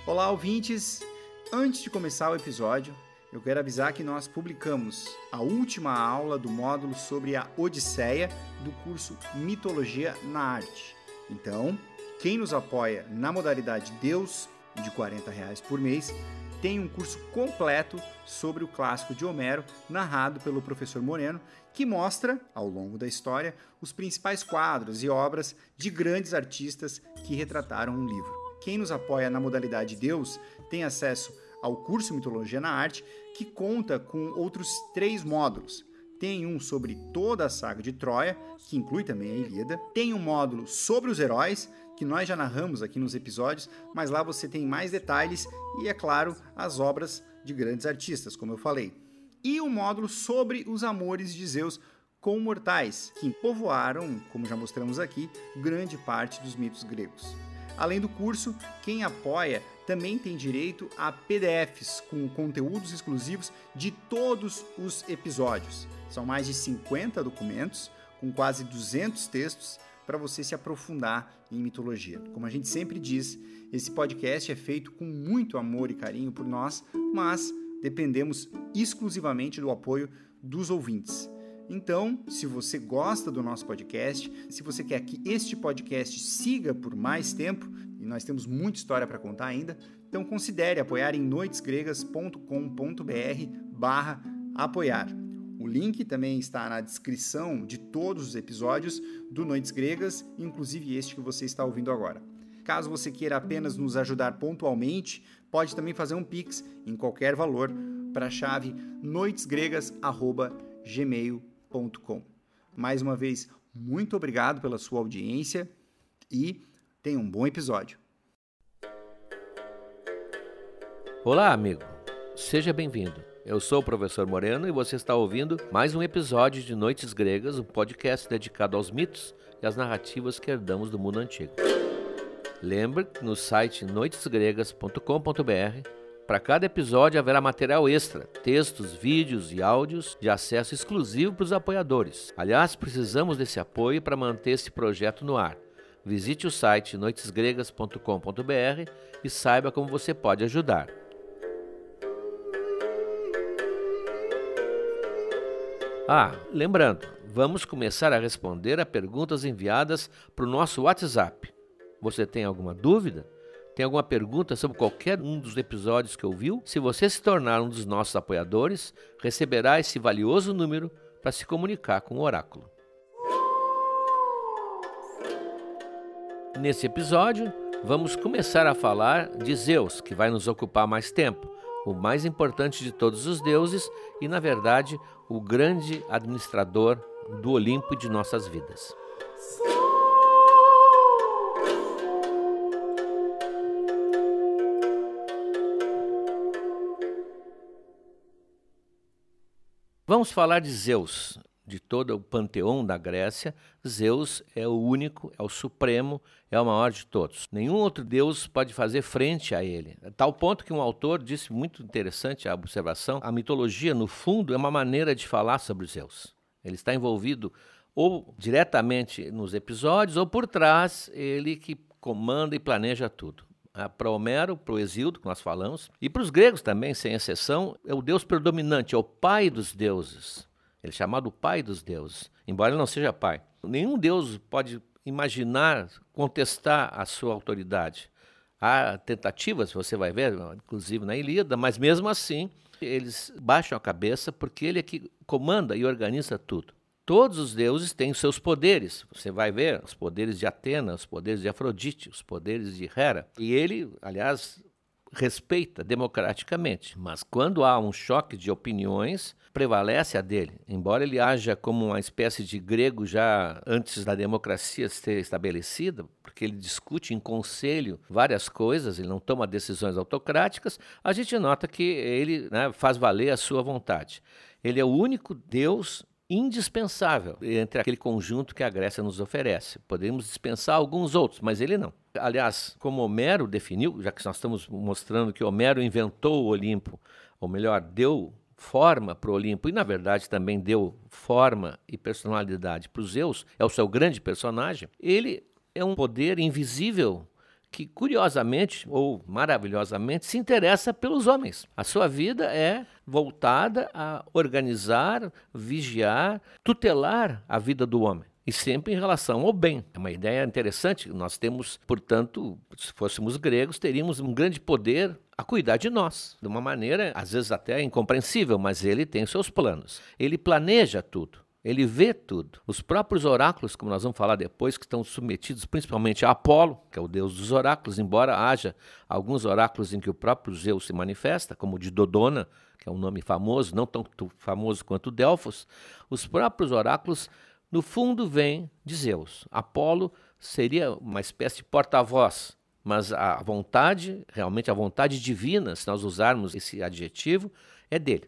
Olá, ouvintes! Antes de começar o episódio, eu quero avisar que nós publicamos a última aula do módulo sobre a Odisseia do curso Mitologia na Arte. Então, quem nos apoia na modalidade Deus, de R$ 40 por mês, tem um curso completo sobre o clássico de Homero, narrado pelo professor Moreno, que mostra, ao longo da história, os principais quadros e obras de grandes artistas que retrataram um livro. Quem nos apoia na modalidade Deus tem acesso ao curso Mitologia na Arte, que conta com outros 3 módulos. Tem um sobre toda a saga de Troia, que inclui também a Ilíada. Tem um módulo sobre os heróis, que nós já narramos aqui nos episódios, mas lá você tem mais detalhes e, é claro, as obras de grandes artistas, como eu falei. E um módulo sobre os amores de Zeus com mortais, que povoaram, como já mostramos aqui, grande parte dos mitos gregos. Além do curso, quem apoia também tem direito a PDFs com conteúdos exclusivos de todos os episódios. São mais de 50 documentos, com quase 200 textos, para você se aprofundar em mitologia. Como a gente sempre diz, esse podcast é feito com muito amor e carinho por nós, mas dependemos exclusivamente do apoio dos ouvintes. Então, se você gosta do nosso podcast, se você quer que este podcast siga por mais tempo, e nós temos muita história para contar ainda, então considere apoiar em noitesgregas.com.br/apoiar. O link também está na descrição de todos os episódios do Noites Gregas, inclusive este que você está ouvindo agora. Caso você queira apenas nos ajudar pontualmente, pode também fazer um Pix em qualquer valor para a chave noitesgregas@gmail.com. Mais uma vez, muito obrigado pela sua audiência e tenha um bom episódio. Olá, amigo. Seja bem-vindo. Eu sou o professor Moreno e você está ouvindo mais um episódio de Noites Gregas, um podcast dedicado aos mitos e às narrativas que herdamos do mundo antigo. Lembre que no site noitesgregas.com.br, para cada episódio haverá material extra, textos, vídeos e áudios de acesso exclusivo para os apoiadores. Aliás, precisamos desse apoio para manter esse projeto no ar. Visite o site noitesgregas.com.br e saiba como você pode ajudar. Lembrando, vamos começar a responder a perguntas enviadas para o nosso WhatsApp. Você tem alguma dúvida? Tem alguma pergunta sobre qualquer um dos episódios que ouviu? Se você se tornar um dos nossos apoiadores, receberá esse valioso número para se comunicar com o oráculo. Nesse episódio, vamos começar a falar de Zeus, que vai nos ocupar mais tempo, o mais importante de todos os deuses e, na verdade, o grande administrador do Olimpo e de nossas vidas. Vamos falar de Zeus. De todo o panteão da Grécia, Zeus é o único, é o supremo, é o maior de todos. Nenhum outro deus pode fazer frente a ele. A tal ponto que um autor disse, muito interessante a observação, a mitologia, no fundo, é uma maneira de falar sobre Zeus. Ele está envolvido ou diretamente nos episódios, ou por trás, ele que comanda e planeja tudo. Para Homero, para o Hesíodo, que nós falamos, e para os gregos também, sem exceção, é o deus predominante, é o pai dos deuses. Ele é chamado pai dos deuses, embora ele não seja pai. Nenhum deus pode imaginar, contestar a sua autoridade. Há tentativas, você vai ver, inclusive na Ilíada, mas mesmo assim, eles baixam a cabeça porque ele é que comanda e organiza tudo. Todos os deuses têm os seus poderes. Você vai ver os poderes de Atena, os poderes de Afrodite, os poderes de Hera. E ele, aliás, respeita democraticamente. Mas quando há um choque de opiniões, prevalece a dele. Embora ele haja como uma espécie de grego já antes da democracia ser estabelecida, porque ele discute em conselho várias coisas, ele não toma decisões autocráticas, a gente nota que ele, faz valer a sua vontade. Ele é o único Deus indispensável entre aquele conjunto que a Grécia nos oferece. Podemos dispensar alguns outros, mas ele não. Aliás, como Homero definiu, já que nós estamos mostrando que Homero inventou o Olimpo, ou melhor, deu forma para o Olimpo, e na verdade também deu forma e personalidade para os Zeus, é o seu grande personagem, ele é um poder invisível que curiosamente ou maravilhosamente se interessa pelos homens. A sua vida é voltada a organizar, vigiar, tutelar a vida do homem. E sempre em relação ao bem. É uma ideia interessante. Nós temos, portanto, se fôssemos gregos, teríamos um grande poder a cuidar de nós. De uma maneira, às vezes até incompreensível, mas ele tem seus planos. Ele planeja tudo. Ele vê tudo. Os próprios oráculos, como nós vamos falar depois, que estão submetidos principalmente a Apolo, que é o deus dos oráculos, embora haja alguns oráculos em que o próprio Zeus se manifesta, como o de Dodona, que é um nome famoso, não tão famoso quanto Delfos, os próprios oráculos, no fundo, vêm de Zeus. Apolo seria uma espécie de porta-voz, mas a vontade, realmente a vontade divina, se nós usarmos esse adjetivo, é dele.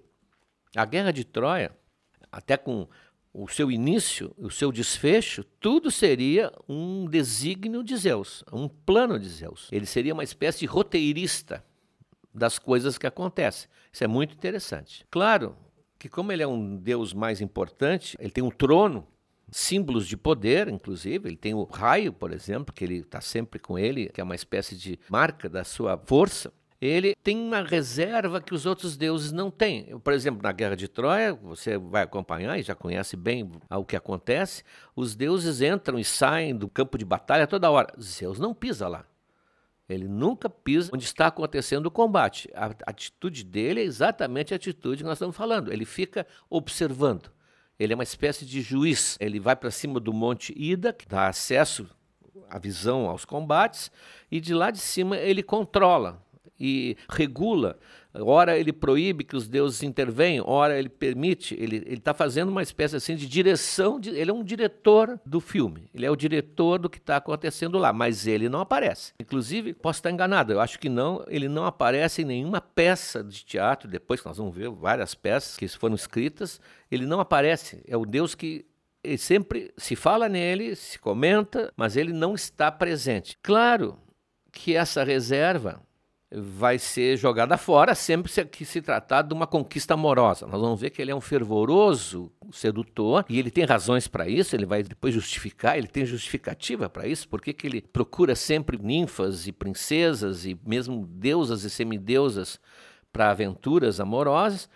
A guerra de Troia, até com o seu início, o seu desfecho, tudo seria um desígnio de Zeus, um plano de Zeus. Ele seria uma espécie de roteirista das coisas que acontecem. Isso é muito interessante. Claro que como ele é um deus mais importante, ele tem um trono, símbolos de poder, inclusive. Ele tem o raio, por exemplo, que ele está sempre com ele, que é uma espécie de marca da sua força. Ele tem uma reserva que os outros deuses não têm. Por exemplo, na Guerra de Troia, você vai acompanhar e já conhece bem o que acontece, os deuses entram e saem do campo de batalha toda hora. Zeus não pisa lá. Ele nunca pisa onde está acontecendo o combate. A atitude dele é exatamente a atitude que nós estamos falando. Ele fica observando. Ele é uma espécie de juiz. Ele vai para cima do Monte Ida, que dá acesso à visão aos combates, e de lá de cima ele controla e regula. Ora ele proíbe que os deuses intervenham, ora ele permite. Ele está fazendo uma espécie assim de direção. Ele é um diretor do filme. Ele é o diretor do que está acontecendo lá, mas ele não aparece. Inclusive, posso estar enganado, eu acho que não. Ele não aparece em nenhuma peça de teatro. Depois que nós vamos ver várias peças que foram escritas, ele não aparece. É o Deus que ele sempre se fala nele, se comenta, mas ele não está presente. Claro que essa reserva vai ser jogada fora sempre que se tratar de uma conquista amorosa. Nós vamos ver que ele é um fervoroso sedutor e ele tem razões para isso, ele vai depois justificar, ele tem justificativa para isso, porque que ele procura sempre ninfas e princesas e mesmo deusas e semideusas para aventuras amorosas.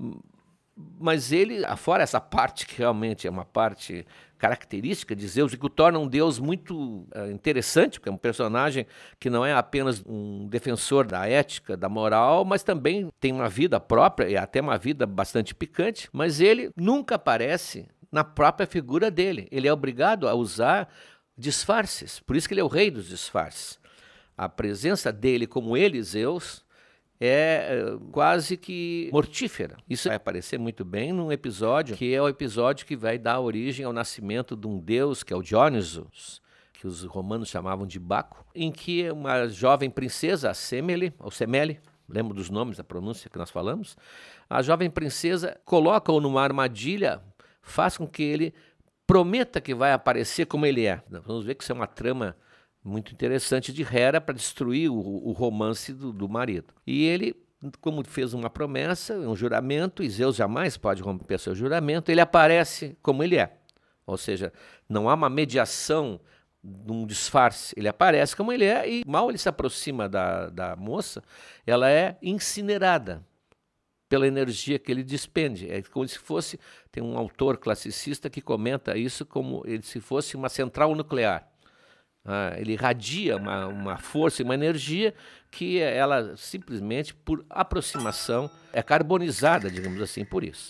Mas ele, afora essa parte que realmente é uma parte característica de Zeus e que o torna um deus muito interessante, porque é um personagem que não é apenas um defensor da ética, da moral, mas também tem uma vida própria e até uma vida bastante picante, mas ele nunca aparece na própria figura dele. Ele é obrigado a usar disfarces, por isso que ele é o rei dos disfarces. A presença dele como ele, Zeus, é quase que mortífera. Isso vai aparecer muito bem num episódio, que é o episódio que vai dar origem ao nascimento de um deus, que é o Dionysos, que os romanos chamavam de Baco, em que uma jovem princesa, a Semele, ou Semele, lembro dos nomes, da pronúncia que nós falamos, a jovem princesa coloca-o numa armadilha, faz com que ele prometa que vai aparecer como ele é. Vamos ver que isso é uma trama muito interessante de Hera para destruir o romance do marido. E ele, como fez uma promessa, um juramento, e Zeus jamais pode romper seu juramento, ele aparece como ele é. Ou seja, não há uma mediação de um disfarce. Ele aparece como ele é e mal ele se aproxima da moça, ela é incinerada pela energia que ele despende. É como se fosse, tem um autor classicista que comenta isso como se fosse uma central nuclear. Ele irradia uma força e uma energia que ela simplesmente, por aproximação, é carbonizada, digamos assim, por isso.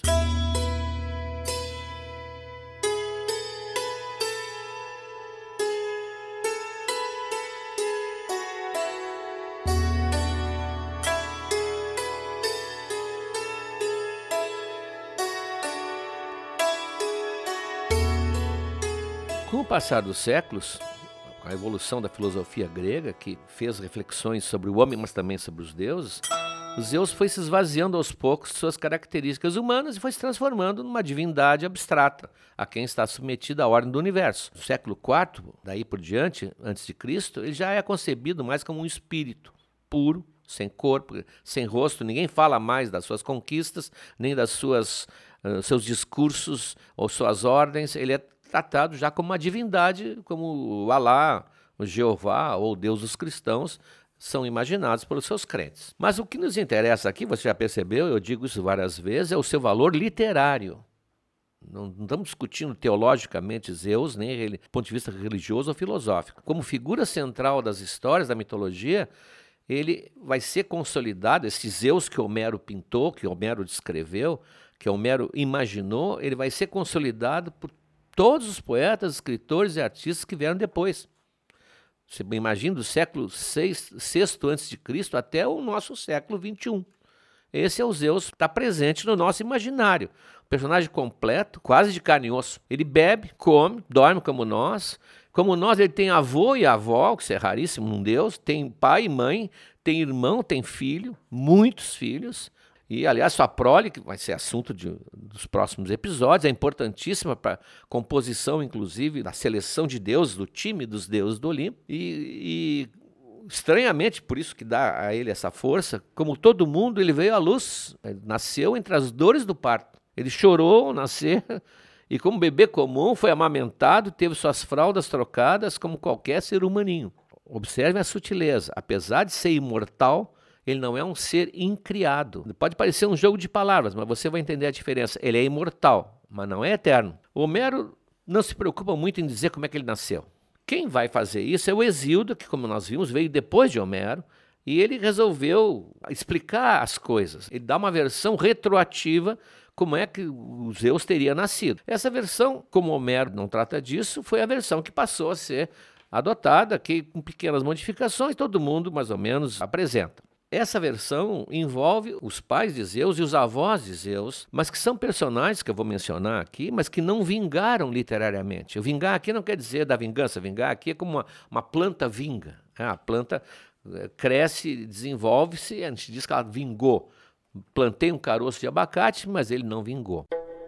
Com o passar dos séculos, a evolução da filosofia grega, que fez reflexões sobre o homem, mas também sobre os deuses, Zeus foi se esvaziando aos poucos de suas características humanas e foi se transformando numa divindade abstrata, a quem está submetida a ordem do universo. No século IV, daí por diante, antes de Cristo, ele já é concebido mais como um espírito puro, sem corpo, sem rosto. Ninguém fala mais das suas conquistas, nem das seus discursos ou suas ordens. Ele é tratado já como uma divindade, como o Alá, o Jeová ou o Deus dos cristãos, são imaginados pelos seus crentes. Mas o que nos interessa aqui, você já percebeu, eu digo isso várias vezes, é o seu valor literário. Não estamos discutindo teologicamente Zeus, nem do ponto de vista religioso ou filosófico. Como figura central das histórias da mitologia, ele vai ser consolidado, esse Zeus que Homero pintou, que Homero descreveu, que Homero imaginou, ele vai ser consolidado por todos os poetas, escritores e artistas que vieram depois. Você imagina do século VI a.C. até o nosso século XXI. Esse é o Zeus que está presente no nosso imaginário. Personagem completo, quase de carne e osso. Ele bebe, come, dorme como nós. Como nós, ele tem avô e avó, que isso é raríssimo num Deus. Tem pai e mãe, tem irmão, tem filho, muitos filhos. E, aliás, sua prole, que vai ser assunto dos próximos episódios, é importantíssima para a composição, inclusive, da seleção de deuses, do time dos deuses do Olimpo. E estranhamente, por isso que dá a ele essa força, como todo mundo, ele veio à luz, ele nasceu entre as dores do parto. Ele chorou ao nascer e, como bebê comum, foi amamentado, teve suas fraldas trocadas como qualquer ser humaninho. Observe a sutileza. Apesar de ser imortal, ele não é um ser incriado. Pode parecer um jogo de palavras, mas você vai entender a diferença. Ele é imortal, mas não é eterno. O Homero não se preocupa muito em dizer como é que ele nasceu. Quem vai fazer isso é o Hesíodo, que, como nós vimos, veio depois de Homero, e ele resolveu explicar as coisas. Ele dá uma versão retroativa como é que o Zeus teria nascido. Essa versão, como Homero não trata disso, foi a versão que passou a ser adotada, que com pequenas modificações todo mundo mais ou menos apresenta. Essa versão envolve os pais de Zeus e os avós de Zeus, mas que são personagens que eu vou mencionar aqui, mas que não vingaram literariamente. O vingar aqui não quer dizer da vingança, vingar aqui é como uma planta vinga. A planta cresce, desenvolve-se, a gente diz que ela vingou. Plantei um caroço de abacate, mas ele não vingou.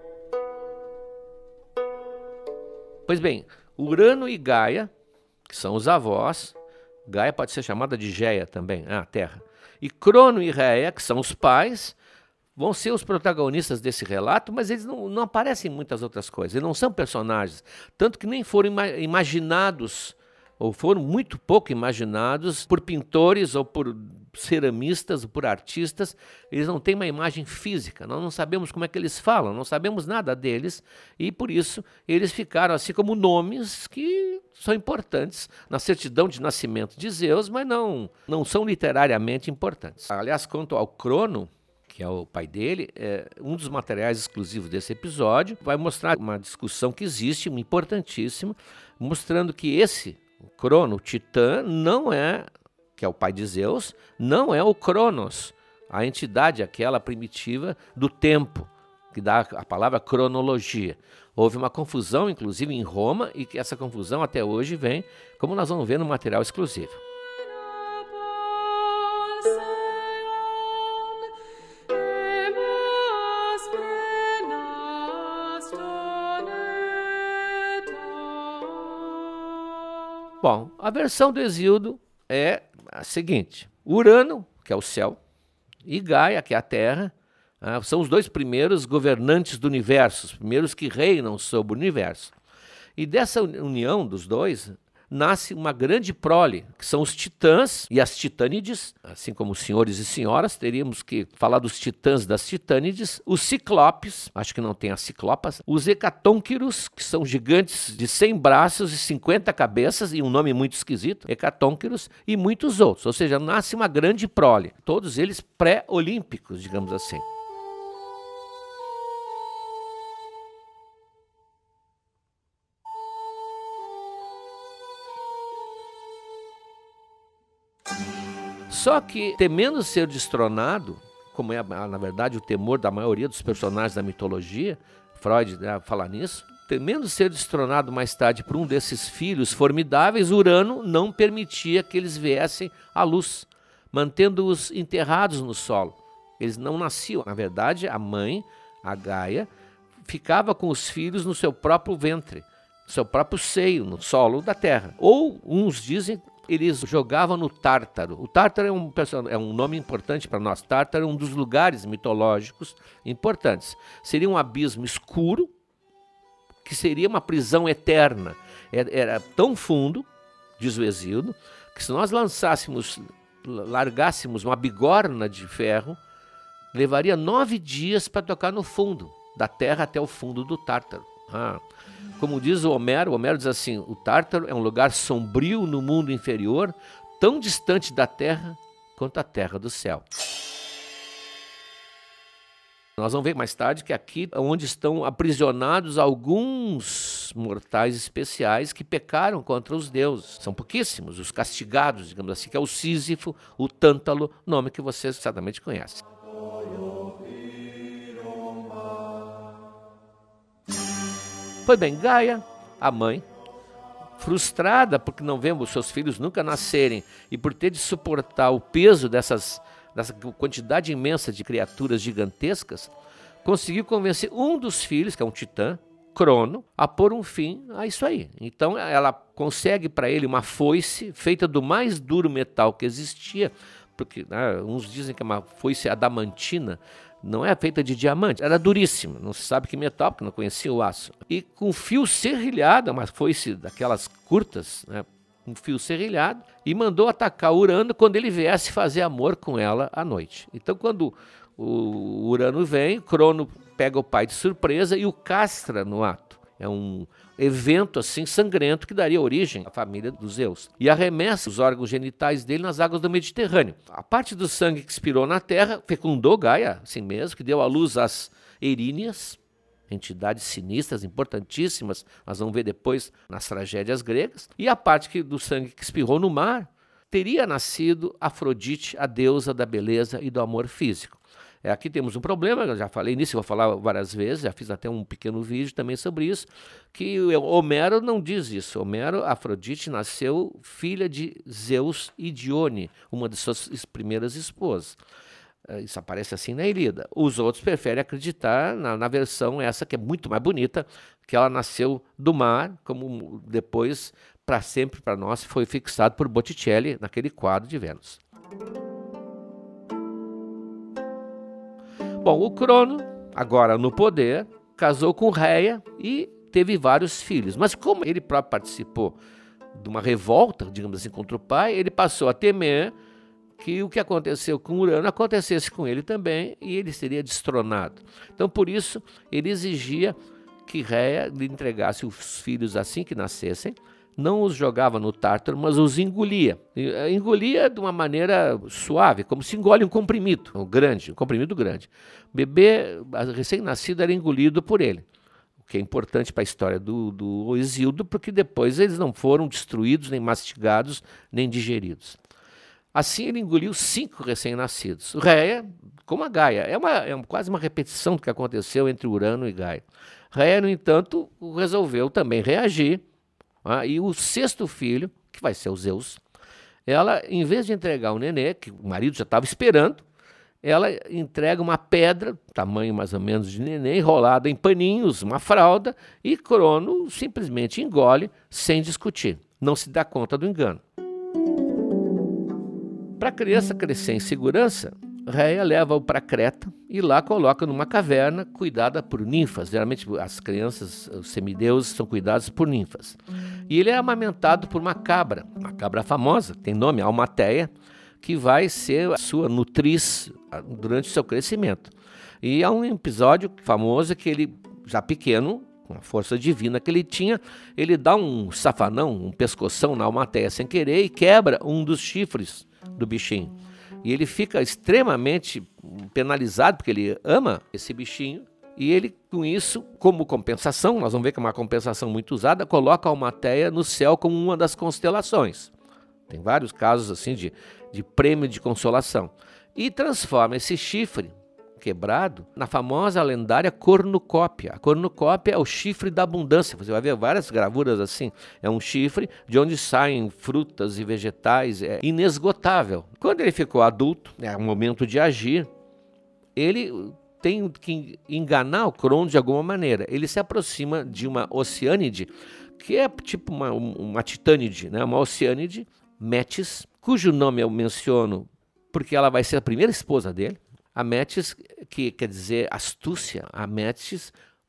Pois bem, Urano e Gaia, que são os avós, Gaia pode ser chamada de Geia também, a Terra. E Crono e Reia, que são os pais, vão ser os protagonistas desse relato, mas eles não aparecem em muitas outras coisas, eles não são personagens, tanto que nem foram imaginados, ou foram muito pouco imaginados por pintores, ou por ceramistas, ou por artistas. Eles não têm uma imagem física, nós não sabemos como é que eles falam, não sabemos nada deles, e por isso eles ficaram assim como nomes que são importantes na certidão de nascimento de Zeus, mas não são literariamente importantes. Aliás, quanto ao Crono, que é o pai dele, um dos materiais exclusivos desse episódio vai mostrar uma discussão que existe, importantíssima, mostrando que esse Crono, o Titã, não é, que é o pai de Zeus, não é o Cronos, a entidade aquela primitiva do tempo, que dá a palavra cronologia. Houve uma confusão, inclusive, em Roma, e que essa confusão até hoje vem, como nós vamos ver no material exclusivo. Bom, a versão do Hesíodo é a seguinte: Urano, que é o céu, e Gaia, que é a terra, são os dois primeiros governantes do universo, os primeiros que reinam sobre o universo. E dessa união dos dois nasce uma grande prole, que são os titãs e as titânides, assim como os senhores e senhoras, teríamos que falar dos titãs e das titânides, os ciclopes, acho que não tem as ciclopas, os hecatônquiros, que são gigantes de 100 braços e 50 cabeças, e um nome muito esquisito, hecatônquiros, e muitos outros, ou seja, nasce uma grande prole, todos eles pré-olímpicos, digamos assim. Só que, temendo ser destronado, como é, na verdade, o temor da maioria dos personagens da mitologia, Freud fala nisso, temendo ser destronado mais tarde por um desses filhos formidáveis, Urano não permitia que eles viessem à luz, mantendo-os enterrados no solo. Eles não nasciam. Na verdade, a mãe, a Gaia, ficava com os filhos no seu próprio ventre, no seu próprio seio, no solo da terra. Ou, uns dizem, eles jogavam no Tártaro. O Tártaro é um nome importante para nós. Tártaro é um dos lugares mitológicos importantes. Seria um abismo escuro, que seria uma prisão eterna. Era tão fundo diz o Hesíodo, que se nós largássemos uma bigorna de ferro, levaria 9 dias para tocar no fundo da terra até o fundo do Tártaro. Como diz o Homero diz assim: o Tártaro é um lugar sombrio no mundo inferior, tão distante da terra quanto a terra do céu. Nós vamos ver mais tarde que aqui é onde estão aprisionados alguns mortais especiais que pecaram contra os deuses. São pouquíssimos, os castigados, digamos assim, que é o Sísifo, o Tântalo, nome que vocês certamente conhecem. Pois bem, Gaia, a mãe, frustrada porque não vemos seus filhos nunca nascerem e por ter de suportar o peso dessa quantidade imensa de criaturas gigantescas, conseguiu convencer um dos filhos, que é um titã, Crono, a pôr um fim a isso aí. Então ela consegue para ele uma foice feita do mais duro metal que existia, porque uns dizem que é uma foice adamantina, não é feita de diamante, era duríssima, não se sabe que metal, porque não conhecia o aço. E com fio serrilhado, uma foice daquelas curtas, um fio serrilhado, e mandou atacar Urano quando ele viesse fazer amor com ela à noite. Então, quando o Urano vem, Crono pega o pai de surpresa e o castra no ato. É um evento assim sangrento que daria origem à família dos Zeus. E arremessa os órgãos genitais dele nas águas do Mediterrâneo. A parte do sangue que expirou na terra fecundou Gaia, assim mesmo, que deu à luz as Eríneas, entidades sinistras, importantíssimas, nós vamos ver depois nas tragédias gregas, e a parte do sangue que espirrou no mar, teria nascido Afrodite, a deusa da beleza e do amor físico. Aqui temos um problema, eu já falei nisso, vou falar várias vezes, já fiz até um pequeno vídeo também sobre isso, que Homero não diz isso. Homero, Afrodite nasceu filha de Zeus e Dione, uma de suas primeiras esposas. Isso aparece assim na Ilíada. Os outros preferem acreditar na versão essa que é muito mais bonita, que ela nasceu do mar, como depois, para sempre para nós, foi fixado por Botticelli naquele quadro de Vênus. Bom, o Crono, agora no poder, casou com Rhea e teve vários filhos. Mas como ele próprio participou de uma revolta, digamos assim, contra o pai, ele passou a temer que o que aconteceu com Urano acontecesse com ele também e ele seria destronado. Então, por isso, ele exigia que Rhea lhe entregasse os filhos assim que nascessem, não os jogava no Tártaro, mas os engolia. Engolia de uma maneira suave, como se engole um comprimido, um comprimido grande. O bebê recém-nascido era engolido por ele, o que é importante para a história do Hesíodo, porque depois eles não foram destruídos, nem mastigados, nem digeridos. Assim ele engoliu 5 recém-nascidos. Rhea, como a Gaia, é quase uma repetição do que aconteceu entre Urano e Gaia. Rhea, no entanto, resolveu também reagir, e o 6º filho, que vai ser o Zeus, ela, em vez de entregar o nenê, que o marido já estava esperando, ela entrega uma pedra, tamanho mais ou menos de nenê, enrolada em paninhos, uma fralda, e Crono simplesmente engole sem discutir. Não se dá conta do engano. Para a criança crescer em segurança, Rhea leva-o para Creta e lá coloca numa caverna cuidada por ninfas. Geralmente as crianças, os semideuses, são cuidados por ninfas. E ele é amamentado por uma cabra famosa, tem nome, Almateia, que vai ser a sua nutriz durante o seu crescimento. E há um episódio famoso que ele, já pequeno, com a força divina que ele tinha, ele dá um safanão, um pescoção na Almateia sem querer e quebra um dos chifres do bichinho. E ele fica extremamente penalizado, porque ele ama esse bichinho. E ele, com isso, como compensação, nós vamos ver que é uma compensação muito usada, coloca a Almateia no céu como uma das constelações. Tem vários casos assim de prêmio de consolação. E transforma esse chifre quebrado na famosa lendária cornucópia. A cornucópia é o chifre da abundância. Você vai ver várias gravuras assim. É um chifre de onde saem frutas e vegetais. É inesgotável. Quando ele ficou adulto, é o momento de agir, ele tem que enganar o Crono de alguma maneira. Ele se aproxima de uma oceânide, que é tipo uma titânide, né? Uma oceânide, Metis, cujo nome eu menciono porque ela vai ser a primeira esposa dele. A Metis, que quer dizer astúcia, a Metis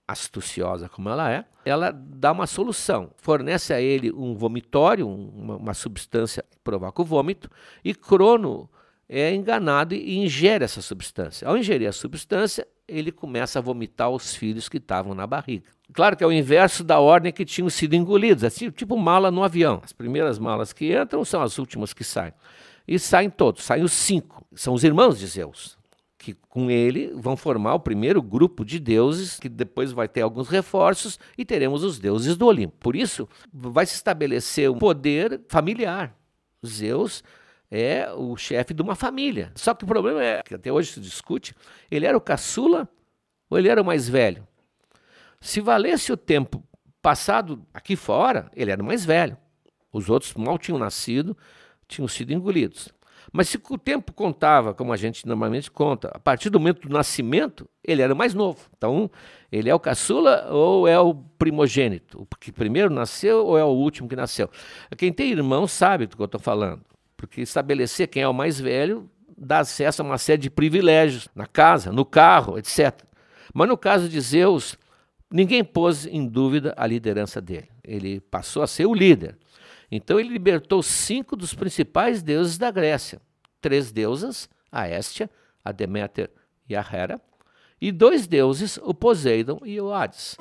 astuciosa como ela dá uma solução, fornece a ele um vomitório, uma substância que provoca o vômito, e Crono é enganado e ingere essa substância. Ao ingerir a substância, ele começa a vomitar os filhos que estavam na barriga. Claro que é o inverso da ordem que tinham sido engolidos, assim, tipo mala no avião. As primeiras malas que entram são as últimas que saem. E saem todos, saem os 5, são os irmãos de Zeus, que com ele vão formar o primeiro grupo de deuses, que depois vai ter alguns reforços e teremos os deuses do Olimpo. Por isso, vai se estabelecer um poder familiar. Zeus é o chefe de uma família. Só que o problema é, que até hoje se discute, ele era o caçula ou ele era o mais velho? Se valesse o tempo passado aqui fora, ele era o mais velho. Os outros mal tinham nascido, tinham sido engolidos. Mas se o tempo contava, como a gente normalmente conta, a partir do momento do nascimento, ele era o mais novo. Então, ele é o caçula ou é o primogênito? O que primeiro nasceu ou é o último que nasceu? Quem tem irmão sabe do que eu estou falando. Porque estabelecer quem é o mais velho dá acesso a uma série de privilégios na casa, no carro, etc. Mas no caso de Zeus, ninguém pôs em dúvida a liderança dele. Ele passou a ser o líder. Então ele libertou 5 dos principais deuses da Grécia. 3 deusas, a Hestia, a Deméter e a Hera, e 2 deuses, o Poseidon e o Hades.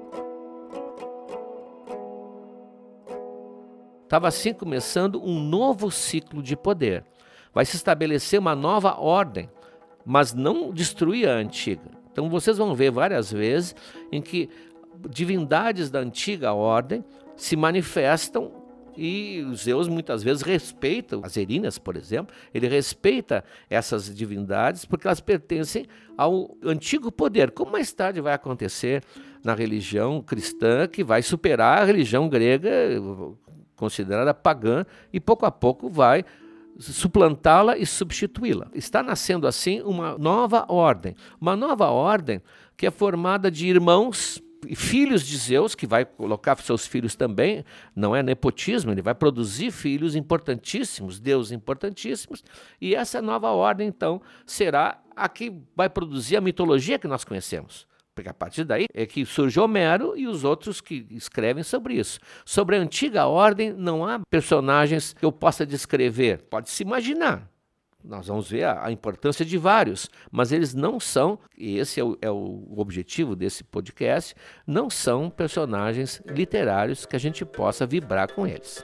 Estava assim começando um novo ciclo de poder. Vai se estabelecer uma nova ordem, mas não destruir a antiga. Então vocês vão ver várias vezes em que divindades da antiga ordem se manifestam e Zeus muitas vezes respeita, as Erinas, por exemplo, ele respeita essas divindades porque elas pertencem ao antigo poder, como mais tarde vai acontecer na religião cristã, que vai superar a religião grega, considerada pagã, e pouco a pouco vai suplantá-la e substituí-la. Está nascendo assim uma nova ordem que é formada de irmãos e filhos de Zeus, que vai colocar seus filhos também, não é nepotismo, ele vai produzir filhos importantíssimos, deuses importantíssimos, e essa nova ordem, então, será a que vai produzir a mitologia que nós conhecemos. Porque a partir daí é que surge Homero e os outros que escrevem sobre isso. Sobre a antiga ordem, não há personagens que eu possa descrever. Pode-se imaginar. Nós vamos ver a importância de vários, mas eles não são, e esse é o objetivo desse podcast, não são personagens literários que a gente possa vibrar com eles.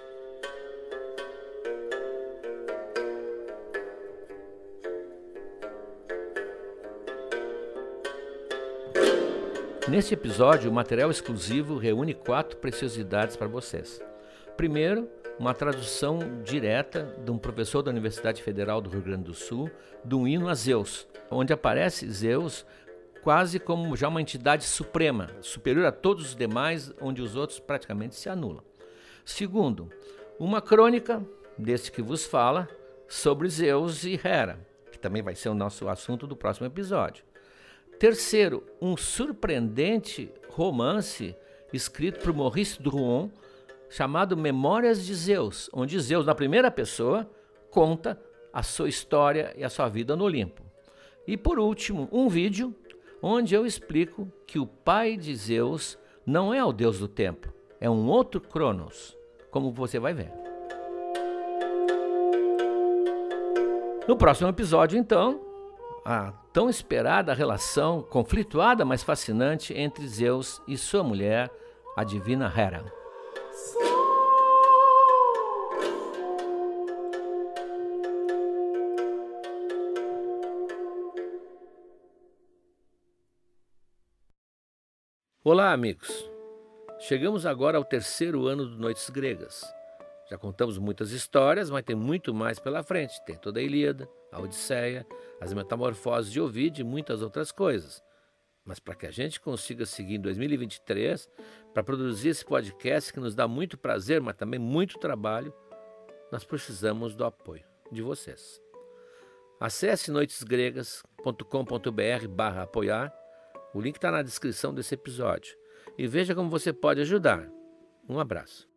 Neste episódio, o material exclusivo reúne 4 preciosidades para vocês. Primeiro, uma tradução direta de um professor da Universidade Federal do Rio Grande do Sul, de um hino a Zeus, onde aparece Zeus quase como já uma entidade suprema, superior a todos os demais, onde os outros praticamente se anulam. Segundo, uma crônica, desse que vos fala, sobre Zeus e Hera, que também vai ser o nosso assunto do próximo episódio. Terceiro, um surpreendente romance escrito por Maurice Druon, chamado Memórias de Zeus, onde Zeus, na primeira pessoa, conta a sua história e a sua vida no Olimpo. E por último, um vídeo onde eu explico que o pai de Zeus não é o deus do tempo, é um outro Cronos, como você vai ver. No próximo episódio, então, a tão esperada relação conflituada, mas fascinante entre Zeus e sua mulher, a divina Hera. Olá, amigos! Chegamos agora ao 3º ano do Noites Gregas. Já contamos muitas histórias, mas tem muito mais pela frente. Tem toda a Ilíada, a Odisseia, as Metamorfoses de Ovídio e muitas outras coisas. Mas para que a gente consiga seguir em 2023, para produzir esse podcast que nos dá muito prazer, mas também muito trabalho, nós precisamos do apoio de vocês. Acesse noitesgregas.com.br/apoiar. O link está na descrição desse episódio. E veja como você pode ajudar. Um abraço.